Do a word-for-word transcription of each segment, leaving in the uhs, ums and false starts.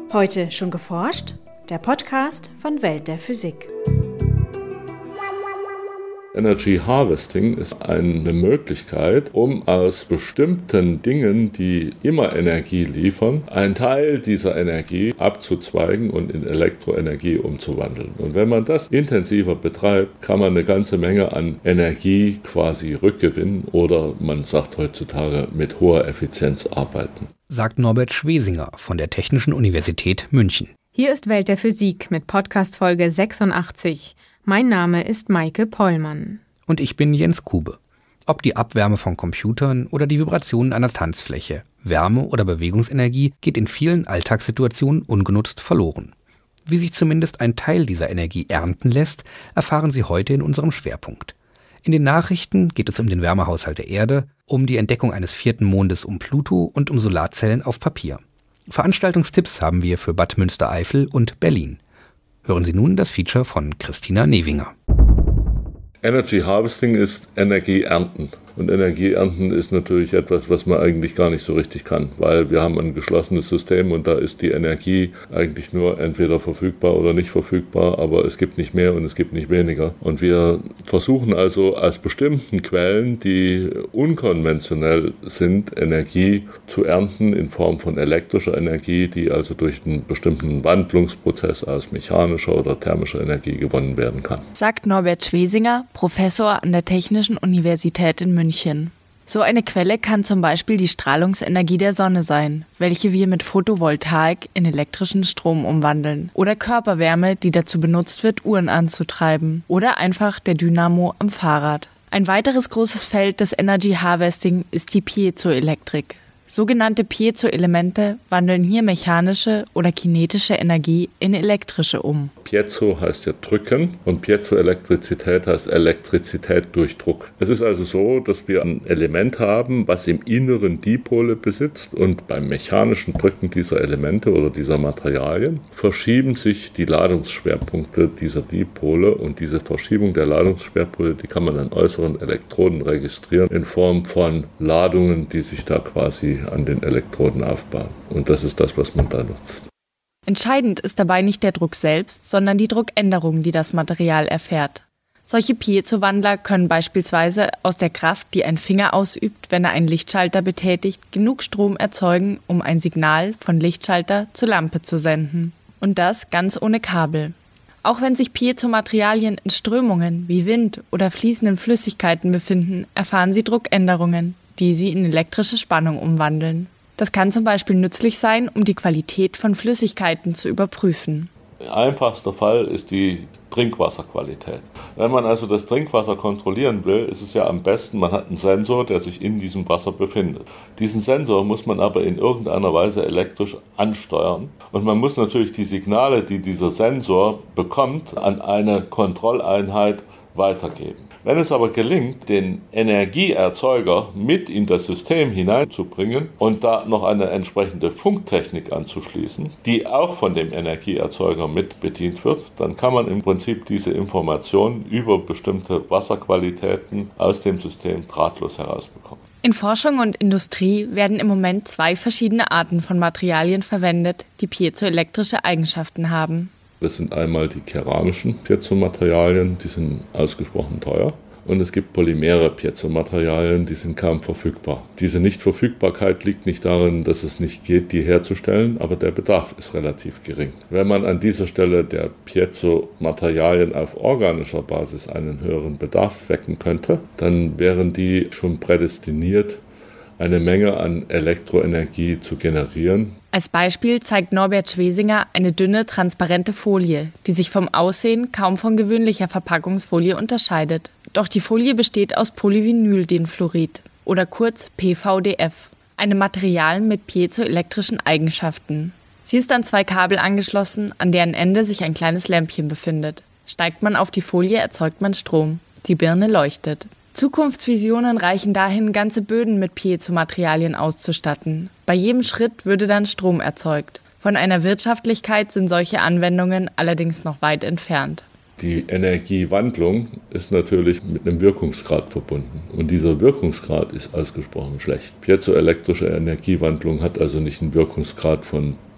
Heute schon geforscht? Der Podcast von Welt der Physik. Energy Harvesting ist eine Möglichkeit, um aus bestimmten Dingen, die immer Energie liefern, einen Teil dieser Energie abzuzweigen und in Elektroenergie umzuwandeln. Und wenn man das intensiver betreibt, kann man eine ganze Menge an Energie quasi rückgewinnen oder man sagt heutzutage mit hoher Effizienz arbeiten. Sagt Norbert Schwesinger von der Technischen Universität München. Hier ist Welt der Physik mit Podcast-Folge sechsundachtzig. Mein Name ist Maike Pollmann. Und ich bin Jens Kube. Ob die Abwärme von Computern oder die Vibrationen einer Tanzfläche, Wärme oder Bewegungsenergie geht in vielen Alltagssituationen ungenutzt verloren. Wie sich zumindest ein Teil dieser Energie ernten lässt, erfahren Sie heute in unserem Schwerpunkt. In den Nachrichten geht es um den Wärmehaushalt der Erde, um die Entdeckung eines vierten Mondes um Pluto und um Solarzellen auf Papier. Veranstaltungstipps haben wir für Bad Münstereifel und Berlin. Hören Sie nun das Feature von Christina Newinger. Energy Harvesting ist Energie ernten. Und Energie ernten ist natürlich etwas, was man eigentlich gar nicht so richtig kann, weil wir haben ein geschlossenes System und da ist die Energie eigentlich nur entweder verfügbar oder nicht verfügbar, aber es gibt nicht mehr und es gibt nicht weniger. Und wir versuchen also aus bestimmten Quellen, die unkonventionell sind, Energie zu ernten in Form von elektrischer Energie, die also durch einen bestimmten Wandlungsprozess aus mechanischer oder thermischer Energie gewonnen werden kann. Sagt Norbert Schwesinger, Professor an der Technischen Universität in München. So eine Quelle kann zum Beispiel die Strahlungsenergie der Sonne sein, welche wir mit Photovoltaik in elektrischen Strom umwandeln. Oder Körperwärme, die dazu benutzt wird, Uhren anzutreiben. Oder einfach der Dynamo am Fahrrad. Ein weiteres großes Feld des Energy Harvesting ist die Piezoelektrik. Sogenannte Piezo-Elemente wandeln hier mechanische oder kinetische Energie in elektrische um. Piezo heißt ja drücken und Piezoelektrizität heißt Elektrizität durch Druck. Es ist also so, dass wir ein Element haben, was im Inneren Dipole besitzt und beim mechanischen Drücken dieser Elemente oder dieser Materialien verschieben sich die Ladungsschwerpunkte dieser Dipole und diese Verschiebung der Ladungsschwerpunkte, die kann man an äußeren Elektroden registrieren in Form von Ladungen, die sich da quasi an den Elektroden aufbauen. Und das ist das, was man da nutzt. Entscheidend ist dabei nicht der Druck selbst, sondern die Druckänderung, die das Material erfährt. Solche Piezo-Wandler können beispielsweise aus der Kraft, die ein Finger ausübt, wenn er einen Lichtschalter betätigt, genug Strom erzeugen, um ein Signal von Lichtschalter zur Lampe zu senden. Und das ganz ohne Kabel. Auch wenn sich Piezo-Materialien in Strömungen wie Wind oder fließenden Flüssigkeiten befinden, erfahren sie Druckänderungen, die sie in elektrische Spannung umwandeln. Das kann zum Beispiel nützlich sein, um die Qualität von Flüssigkeiten zu überprüfen. Einfachster Fall ist die Trinkwasserqualität. Wenn man also das Trinkwasser kontrollieren will, ist es ja am besten, man hat einen Sensor, der sich in diesem Wasser befindet. Diesen Sensor muss man aber in irgendeiner Weise elektrisch ansteuern. Und man muss natürlich die Signale, die dieser Sensor bekommt, an eine Kontrolleinheit weitergeben. Wenn es aber gelingt, den Energieerzeuger mit in das System hineinzubringen und da noch eine entsprechende Funktechnik anzuschließen, die auch von dem Energieerzeuger mit bedient wird, dann kann man im Prinzip diese Informationen über bestimmte Wasserqualitäten aus dem System drahtlos herausbekommen. In Forschung und Industrie werden im Moment zwei verschiedene Arten von Materialien verwendet, die piezoelektrische Eigenschaften haben. Das sind einmal die keramischen Piezomaterialien, die sind ausgesprochen teuer. Und es gibt polymere Piezomaterialien, die sind kaum verfügbar. Diese Nichtverfügbarkeit liegt nicht darin, dass es nicht geht, die herzustellen, aber der Bedarf ist relativ gering. Wenn man an dieser Stelle der Piezomaterialien auf organischer Basis einen höheren Bedarf wecken könnte, dann wären die schon prädestiniert, eine Menge an Elektroenergie zu generieren. Als Beispiel zeigt Norbert Schwesinger eine dünne, transparente Folie, die sich vom Aussehen kaum von gewöhnlicher Verpackungsfolie unterscheidet. Doch die Folie besteht aus Polyvinyldenfluorid oder kurz P V D F, einem Material mit piezoelektrischen Eigenschaften. Sie ist an zwei Kabel angeschlossen, an deren Ende sich ein kleines Lämpchen befindet. Steigt man auf die Folie, erzeugt man Strom. Die Birne leuchtet. Zukunftsvisionen reichen dahin, ganze Böden mit Piezomaterialien auszustatten. Bei jedem Schritt würde dann Strom erzeugt. Von einer Wirtschaftlichkeit sind solche Anwendungen allerdings noch weit entfernt. Die Energiewandlung ist natürlich mit einem Wirkungsgrad verbunden. Und dieser Wirkungsgrad ist ausgesprochen schlecht. Piezoelektrische Energiewandlung hat also nicht einen Wirkungsgrad von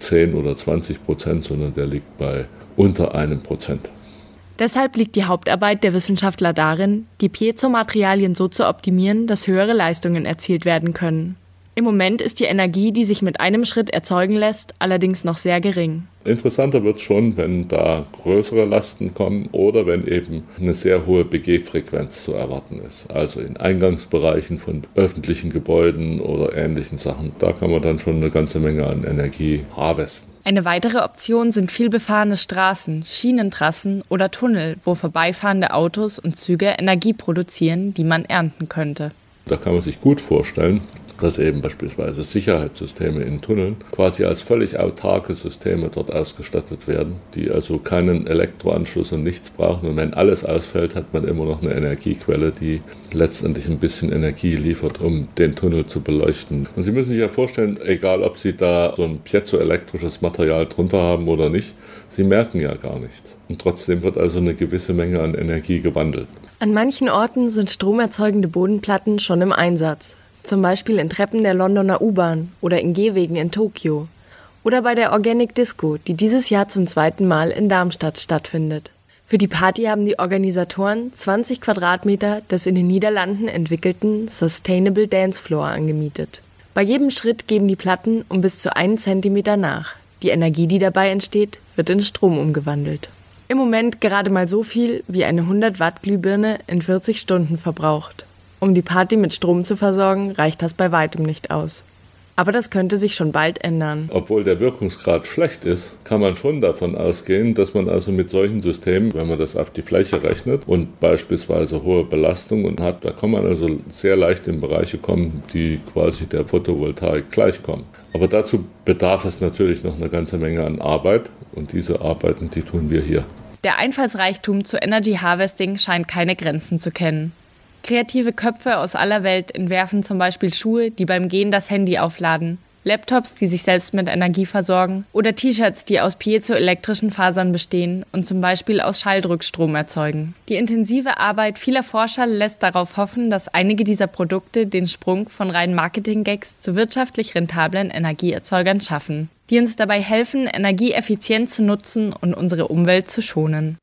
zehn oder zwanzig Prozent, sondern der liegt bei unter einem Prozent. Deshalb liegt die Hauptarbeit der Wissenschaftler darin, die Piezomaterialien so zu optimieren, dass höhere Leistungen erzielt werden können. Im Moment ist die Energie, die sich mit einem Schritt erzeugen lässt, allerdings noch sehr gering. Interessanter wird es schon, wenn da größere Lasten kommen oder wenn eben eine sehr hohe B G-Frequenz zu erwarten ist. Also in Eingangsbereichen von öffentlichen Gebäuden oder ähnlichen Sachen. Da kann man dann schon eine ganze Menge an Energie harvesten. Eine weitere Option sind vielbefahrene Straßen, Schienentrassen oder Tunnel, wo vorbeifahrende Autos und Züge Energie produzieren, die man ernten könnte. Da kann man sich gut vorstellen, dass eben beispielsweise Sicherheitssysteme in Tunneln quasi als völlig autarke Systeme dort ausgestattet werden, die also keinen Elektroanschluss und nichts brauchen. Und wenn alles ausfällt, hat man immer noch eine Energiequelle, die letztendlich ein bisschen Energie liefert, um den Tunnel zu beleuchten. Und Sie müssen sich ja vorstellen, egal ob Sie da so ein piezoelektrisches Material drunter haben oder nicht, Sie merken ja gar nichts. Und trotzdem wird also eine gewisse Menge an Energie gewandelt. An manchen Orten sind stromerzeugende Bodenplatten schon im Einsatz. Zum Beispiel in Treppen der Londoner U-Bahn oder in Gehwegen in Tokio. Oder bei der Organic Disco, die dieses Jahr zum zweiten Mal in Darmstadt stattfindet. Für die Party haben die Organisatoren zwanzig Quadratmeter des in den Niederlanden entwickelten Sustainable Dance Floor angemietet. Bei jedem Schritt geben die Platten um bis zu einen Zentimeter nach. Die Energie, die dabei entsteht, wird in Strom umgewandelt. Im Moment gerade mal so viel, wie eine hundert Watt Glühbirne in vierzig Stunden verbraucht. Um die Party mit Strom zu versorgen, reicht das bei weitem nicht aus. Aber das könnte sich schon bald ändern. Obwohl der Wirkungsgrad schlecht ist, kann man schon davon ausgehen, dass man also mit solchen Systemen, wenn man das auf die Fläche rechnet und beispielsweise hohe Belastungen hat, da kann man also sehr leicht in Bereiche kommen, die quasi der Photovoltaik gleichkommen. Aber dazu bedarf es natürlich noch eine ganze Menge an Arbeit und diese Arbeiten, die tun wir hier. Der Einfallsreichtum zu Energy Harvesting scheint keine Grenzen zu kennen. Kreative Köpfe aus aller Welt entwerfen zum Beispiel Schuhe, die beim Gehen das Handy aufladen, Laptops, die sich selbst mit Energie versorgen oder T-Shirts, die aus piezoelektrischen Fasern bestehen und zum Beispiel aus Schalldrückstrom erzeugen. Die intensive Arbeit vieler Forscher lässt darauf hoffen, dass einige dieser Produkte den Sprung von reinen Marketing-Gags zu wirtschaftlich rentablen Energieerzeugern schaffen, die uns dabei helfen, Energie effizient zu nutzen und unsere Umwelt zu schonen.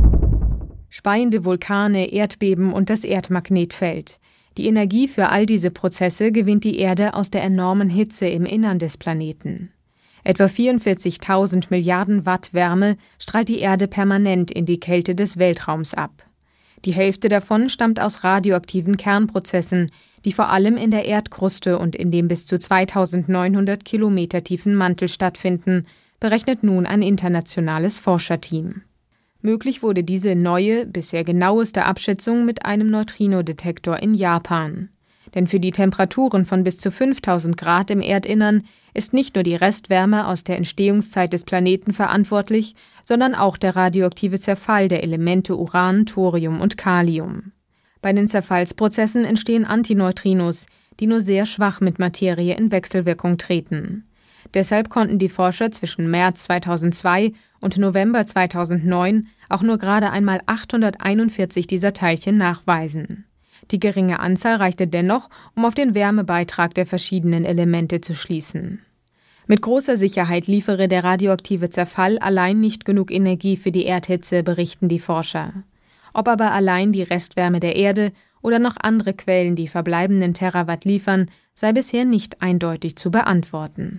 Speiende Vulkane, Erdbeben und das Erdmagnetfeld. Die Energie für all diese Prozesse gewinnt die Erde aus der enormen Hitze im Innern des Planeten. Etwa vierundvierzigtausend Milliarden Watt Wärme strahlt die Erde permanent in die Kälte des Weltraums ab. Die Hälfte davon stammt aus radioaktiven Kernprozessen, die vor allem in der Erdkruste und in dem bis zu zweitausendneunhundert Kilometer tiefen Mantel stattfinden, berechnet nun ein internationales Forscherteam. Möglich wurde diese neue, bisher genaueste Abschätzung mit einem Neutrinodetektor in Japan. Denn für die Temperaturen von bis zu fünftausend Grad im Erdinnern ist nicht nur die Restwärme aus der Entstehungszeit des Planeten verantwortlich, sondern auch der radioaktive Zerfall der Elemente Uran, Thorium und Kalium. Bei den Zerfallsprozessen entstehen Antineutrinos, die nur sehr schwach mit Materie in Wechselwirkung treten. Deshalb konnten die Forscher zwischen März zweitausendzwei und November zweitausendneun auch nur gerade einmal achthunderteinundvierzig dieser Teilchen nachweisen. Die geringe Anzahl reichte dennoch, um auf den Wärmebeitrag der verschiedenen Elemente zu schließen. Mit großer Sicherheit liefere der radioaktive Zerfall allein nicht genug Energie für die Erdhitze, berichten die Forscher. Ob aber allein die Restwärme der Erde oder noch andere Quellen die verbleibenden Terawatt liefern, sei bisher nicht eindeutig zu beantworten.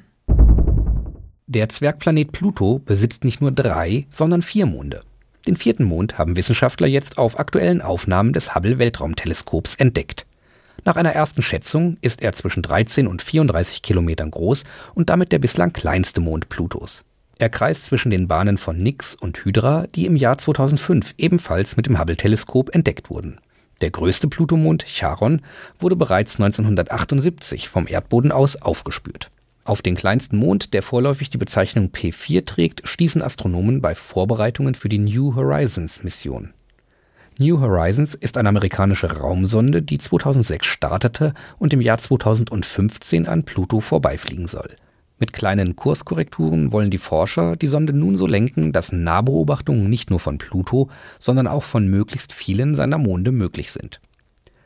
Der Zwergplanet Pluto besitzt nicht nur drei, sondern vier Monde. Den vierten Mond haben Wissenschaftler jetzt auf aktuellen Aufnahmen des Hubble-Weltraumteleskops entdeckt. Nach einer ersten Schätzung ist er zwischen dreizehn und vierunddreißig Kilometern groß und damit der bislang kleinste Mond Plutos. Er kreist zwischen den Bahnen von Nix und Hydra, die im Jahr zweitausendfünf ebenfalls mit dem Hubble-Teleskop entdeckt wurden. Der größte Plutomond, Charon, wurde bereits neunzehnhundertachtundsiebzig vom Erdboden aus aufgespürt. Auf den kleinsten Mond, der vorläufig die Bezeichnung P vier trägt, stießen Astronomen bei Vorbereitungen für die New Horizons-Mission. New Horizons ist eine amerikanische Raumsonde, die zweitausendsechs startete und im Jahr zweitausendfünfzehn an Pluto vorbeifliegen soll. Mit kleinen Kurskorrekturen wollen die Forscher die Sonde nun so lenken, dass Nahbeobachtungen nicht nur von Pluto, sondern auch von möglichst vielen seiner Monde möglich sind.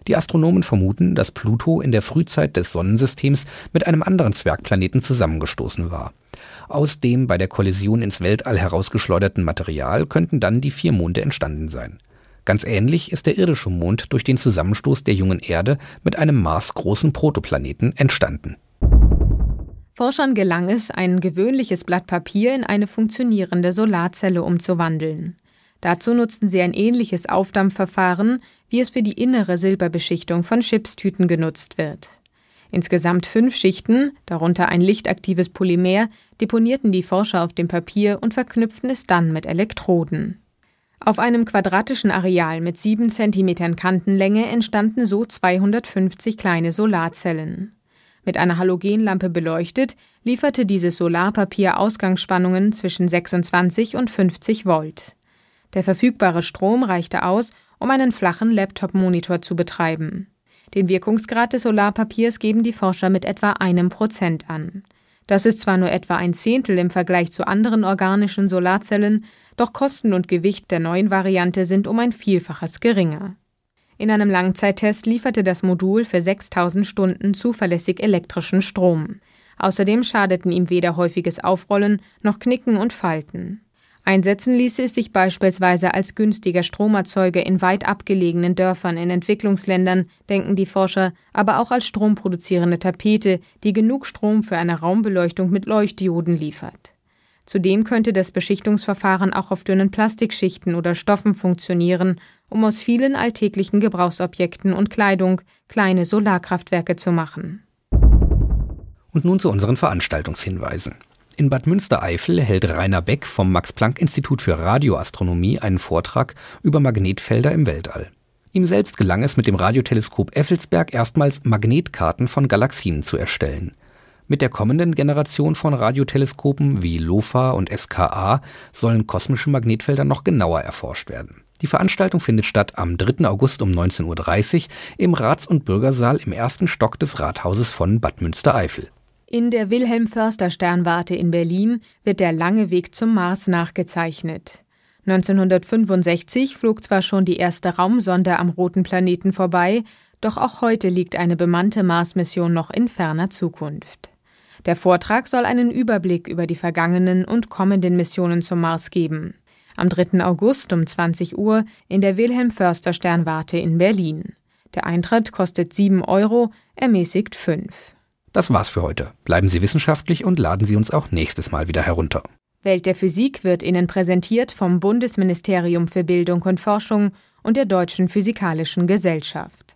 Die Astronomen vermuten, dass Pluto in der Frühzeit des Sonnensystems mit einem anderen Zwergplaneten zusammengestoßen war. Aus dem bei der Kollision ins Weltall herausgeschleuderten Material könnten dann die vier Monde entstanden sein. Ganz ähnlich ist der irdische Mond durch den Zusammenstoß der jungen Erde mit einem marsgroßen Protoplaneten entstanden. Forschern gelang es, ein gewöhnliches Blatt Papier in eine funktionierende Solarzelle umzuwandeln. Dazu nutzten sie ein ähnliches Aufdampfverfahren, wie es für die innere Silberbeschichtung von Chipstüten genutzt wird. Insgesamt fünf Schichten, darunter ein lichtaktives Polymer, deponierten die Forscher auf dem Papier und verknüpften es dann mit Elektroden. Auf einem quadratischen Areal mit sieben Zentimetern Kantenlänge entstanden so zweihundertfünfzig kleine Solarzellen. Mit einer Halogenlampe beleuchtet, lieferte dieses Solarpapier Ausgangsspannungen zwischen sechsundzwanzig und fünfzig Volt. Der verfügbare Strom reichte aus, um einen flachen Laptop-Monitor zu betreiben. Den Wirkungsgrad des Solarpapiers geben die Forscher mit etwa einem Prozent an. Das ist zwar nur etwa ein Zehntel im Vergleich zu anderen organischen Solarzellen, doch Kosten und Gewicht der neuen Variante sind um ein Vielfaches geringer. In einem Langzeittest lieferte das Modul für sechstausend Stunden zuverlässig elektrischen Strom. Außerdem schadeten ihm weder häufiges Aufrollen noch Knicken und Falten. Einsetzen ließe es sich beispielsweise als günstiger Stromerzeuger in weit abgelegenen Dörfern in Entwicklungsländern, denken die Forscher, aber auch als stromproduzierende Tapete, die genug Strom für eine Raumbeleuchtung mit Leuchtdioden liefert. Zudem könnte das Beschichtungsverfahren auch auf dünnen Plastikschichten oder Stoffen funktionieren, um aus vielen alltäglichen Gebrauchsobjekten und Kleidung kleine Solarkraftwerke zu machen. Und nun zu unseren Veranstaltungshinweisen. In Bad Münstereifel hält Rainer Beck vom Max-Planck-Institut für Radioastronomie einen Vortrag über Magnetfelder im Weltall. Ihm selbst gelang es, mit dem Radioteleskop Effelsberg erstmals Magnetkarten von Galaxien zu erstellen. Mit der kommenden Generation von Radioteleskopen wie LOFA und S K A sollen kosmische Magnetfelder noch genauer erforscht werden. Die Veranstaltung findet statt am dritten August um neunzehn Uhr dreißig im Rats- und Bürgersaal im ersten Stock des Rathauses von Bad Münstereifel. In der Wilhelm-Förster-Sternwarte in Berlin wird der lange Weg zum Mars nachgezeichnet. neunzehnhundertfünfundsechzig flog zwar schon die erste Raumsonde am roten Planeten vorbei, doch auch heute liegt eine bemannte Mars-Mission noch in ferner Zukunft. Der Vortrag soll einen Überblick über die vergangenen und kommenden Missionen zum Mars geben. Am dritten August um zwanzig Uhr in der Wilhelm-Förster-Sternwarte in Berlin. Der Eintritt kostet sieben Euro, ermäßigt fünf. Das war's für heute. Bleiben Sie wissenschaftlich und laden Sie uns auch nächstes Mal wieder herunter. Welt der Physik wird Ihnen präsentiert vom Bundesministerium für Bildung und Forschung und der Deutschen Physikalischen Gesellschaft.